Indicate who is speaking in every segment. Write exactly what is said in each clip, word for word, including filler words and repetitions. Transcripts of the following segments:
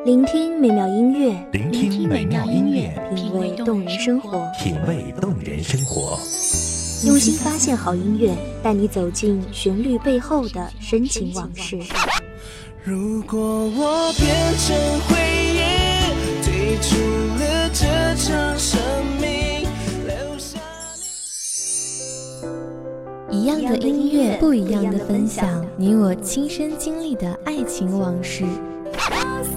Speaker 1: 聆听美妙音乐，
Speaker 2: 聆听美妙音乐，
Speaker 1: 品味动人生活，
Speaker 2: 品味动人生活。
Speaker 1: 用心发现好音乐，带你走进旋律背后的深情往事。
Speaker 3: 如果我变成回忆，退出了这场生命，留下
Speaker 4: 一样的音乐，不一样的分享，你我亲身经历的爱情往事。
Speaker 5: 告诉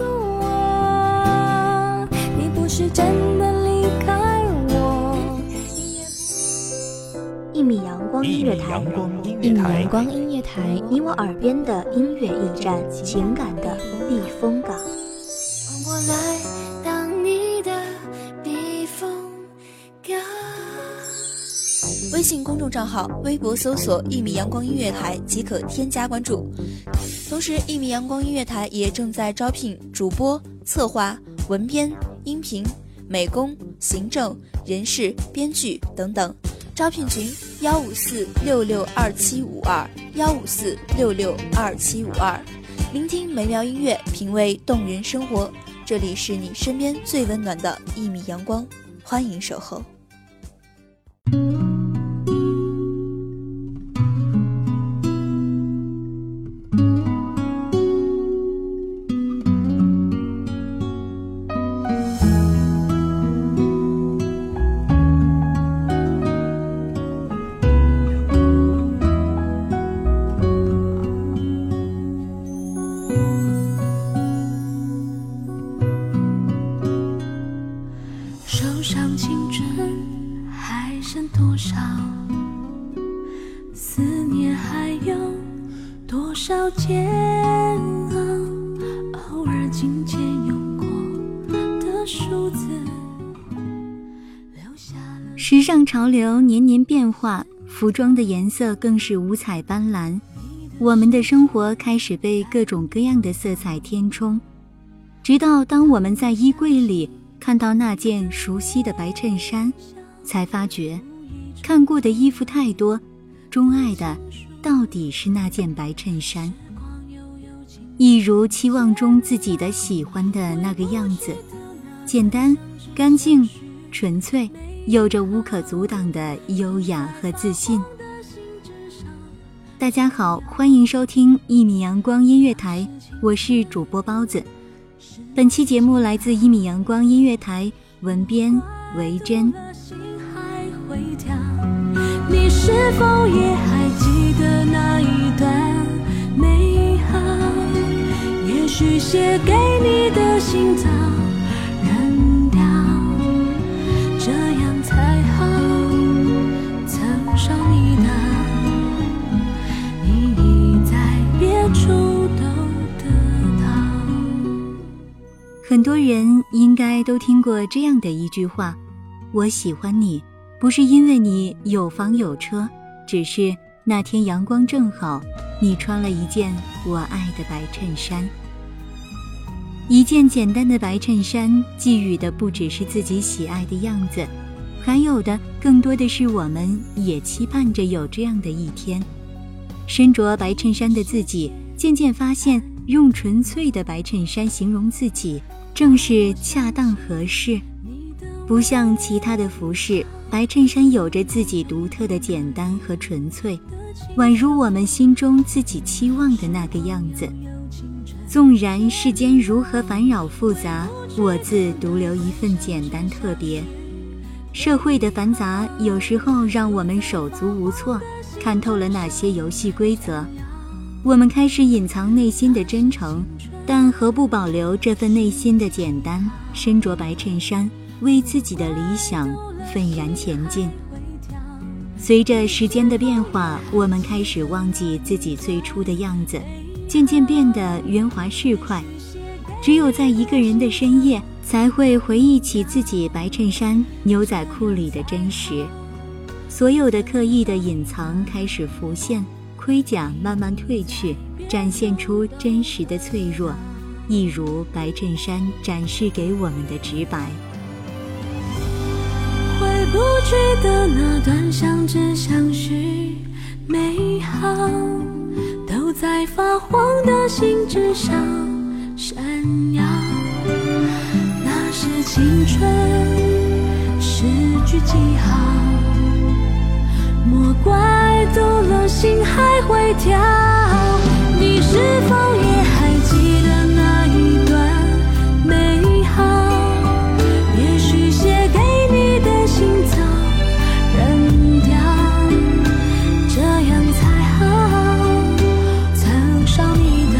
Speaker 5: 我，你不是真的离开我。
Speaker 1: 一米阳光音乐台，
Speaker 4: 一米阳光音乐台，
Speaker 1: 你我耳边的音乐驿站，情感的避风港。
Speaker 5: 我来当你的避风港。
Speaker 6: 微信公众账号、微博搜索“一米阳光音乐台”即可添加关注。同时，一米阳光音乐台也正在招聘主播、策划、文编、音频、美工、行政、人事、编剧等等。招聘群：幺五四六六二七五二幺五四六六二七五二。聆听美妙音乐，品味动人生活。这里是你身边最温暖的一米阳光，欢迎守候。
Speaker 5: 思念还有多少煎熬，偶尔金钱用过的数字留下了。
Speaker 7: 时尚潮流年年变化，服装的颜色更是五彩斑斓，我们的生活开始被各种各样的色彩填充，直到当我们在衣柜里看到那件熟悉的白衬衫，才发觉看过的衣服太多，钟爱的到底是那件白衬衫。一如期望中自己的喜欢的那个样子，简单、干净、纯粹，有着无可阻挡的优雅和自信。大家好，欢迎收听一米阳光音乐台，我是主播包子。本期节目来自一米阳光音乐台，文编维珍。
Speaker 5: 你是否也还记得那一段美好？也许写给你的信早扔掉，这样才好。曾伤你的，你已在别处都得到。
Speaker 7: 很多人应该都听过这样的一句话：我喜欢你，不是因为你有房有车，只是那天阳光正好，你穿了一件我爱的白衬衫。一件简单的白衬衫，寄予的不只是自己喜爱的样子，还有的更多的是我们也期盼着有这样的一天。身着白衬衫的自己，渐渐发现用纯粹的白衬衫形容自己，正是恰当合适。不像其他的服饰，白衬衫有着自己独特的简单和纯粹，宛如我们心中自己期望的那个样子。纵然世间如何烦扰复杂，我自独留一份简单特别。社会的繁杂有时候让我们手足无措，看透了那些游戏规则，我们开始隐藏内心的真诚，但何不保留这份内心的简单，身着白衬衫，为自己的理想愤然前进。随着时间的变化，我们开始忘记自己最初的样子，渐渐变得圆滑市侩。只有在一个人的深夜，才会回忆起自己白衬衫、牛仔裤里的真实。所有的刻意的隐藏开始浮现，盔甲慢慢褪去，展现出真实的脆弱，一如白衬衫展示给我们的直白。
Speaker 5: 回不去的那段相知相许美好，都在发黄的信纸上闪耀。 青春失去记号，莫怪读了心还会跳。你是否也还记得那一段美好？也许写给你的信早扔掉，这样才好。曾伤你的，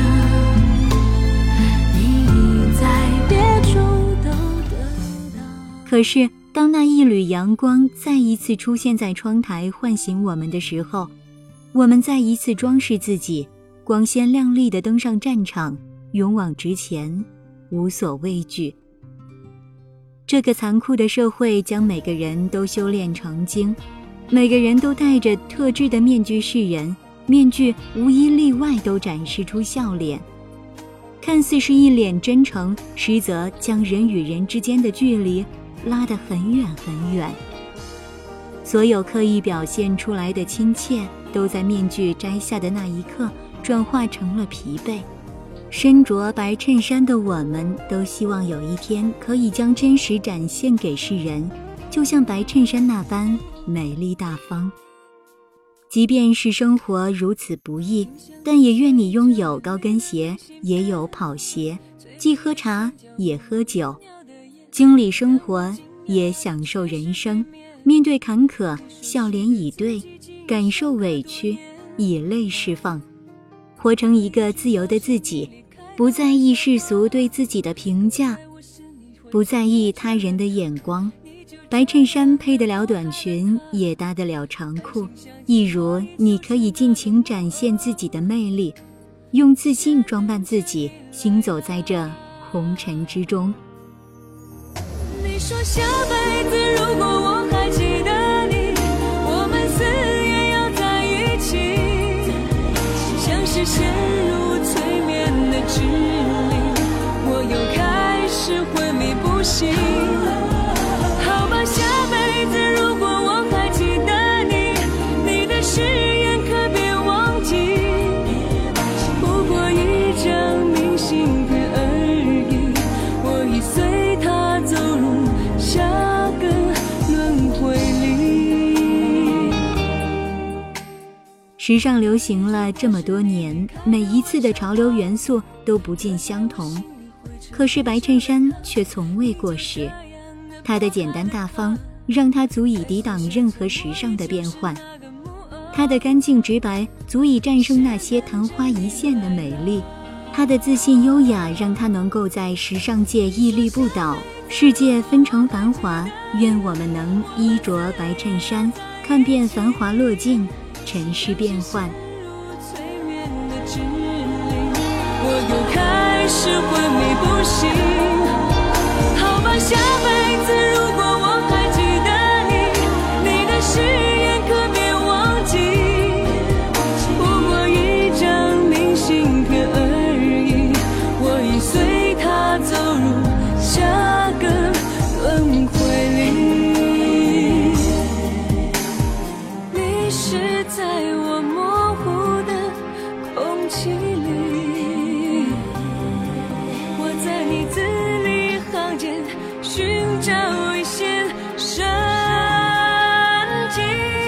Speaker 5: 你在别处都得到。
Speaker 7: 可是当那一缕阳光再一次出现在窗台唤醒我们的时候，我们再一次装饰自己，光鲜亮丽地登上战场，勇往直前，无所畏惧。这个残酷的社会将每个人都修炼成精，每个人都戴着特制的面具示人，面具无一例外都展示出笑脸，看似是一脸真诚，实则将人与人之间的距离拉得很远很远。所有刻意表现出来的亲切，都在面具摘下的那一刻转化成了疲惫。身着白衬衫的我们都希望有一天可以将真实展现给世人，就像白衬衫那般美丽大方。即便是生活如此不易，但也愿你拥有高跟鞋，也有跑鞋，既喝茶也喝酒，经历生活也享受人生，面对坎坷笑脸以对，感受委屈以泪释放，活成一个自由的自己，不在意世俗对自己的评价，不在意他人的眼光。白衬衫配得了短裙，也搭得了长裤，一如你可以尽情展现自己的魅力，用自信装扮自己，行走在这红尘之中。
Speaker 5: 你说下辈子如果我还记得你，我们死也要在一起，像是陷入催眠的指令，我又开始昏迷不醒。好吧，下辈子如果我还记得你，你的誓言可别忘记，不过一张明信片而已，我已随它走入下个轮回里。
Speaker 7: 时尚流行了这么多年，每一次的潮流元素都不尽相同，可是白衬衫却从未过时。它的简单大方让它足以抵挡任何时尚的变换，它的干净直白足以战胜那些昙花一现的美丽，它的自信优雅让它能够在时尚界屹立不倒。世界纷呈繁华，愿我们能衣着白衬衫，看遍繁华落尽，尘世变幻。
Speaker 5: 我又开始昏迷不醒。好吧，下辈子如果我还记得你，你的誓言可别忘记，不过一张明信片而已，我已随它走入下个轮回里。你是在我模糊的空气里，我在你字里行间寻找一线生机。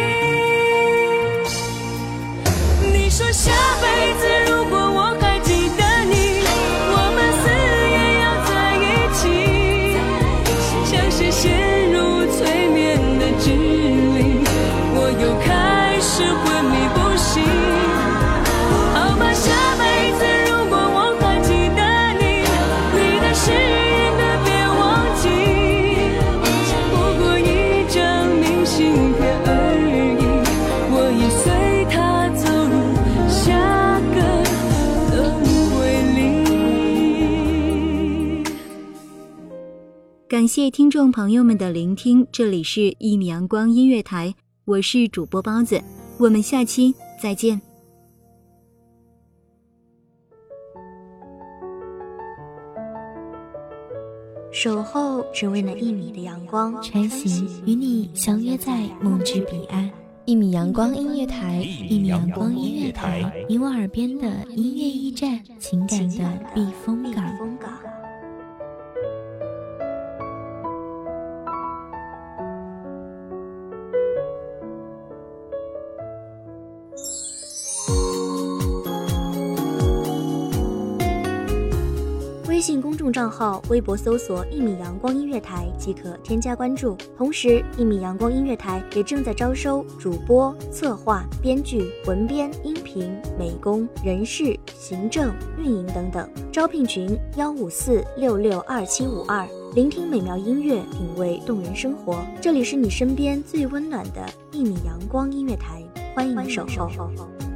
Speaker 5: 你说下辈子如果我还记得你，我们死也要在一起，像是陷入催眠的指令，我又开始昏迷不醒。好吧，下辈子如果我还记得你，你的誓言可别忘记，不过一张明信片而已，我已随它走入下个轮回里。
Speaker 7: 感谢听众朋友们的聆听，这里是一米阳光音乐台，我是主播包子，我们下期再见。
Speaker 1: 守候只为那一米的阳光，
Speaker 4: 穿行与你相约在梦之彼岸。一米阳光音乐台，一米阳光音乐台，你我耳边的音乐驿站，情感的避风港。
Speaker 1: 微信公众账号、微博搜索一米阳光音乐台即可添加关注。同时，一米阳光音乐台也正在招收主播、策划、编剧、文编、音频、美工、人事、行政、运营等等。招聘群幺五四六六二七五二。聆听美妙音乐，品味动人生活。这里是你身边最温暖的一米阳光音乐台，欢迎守候。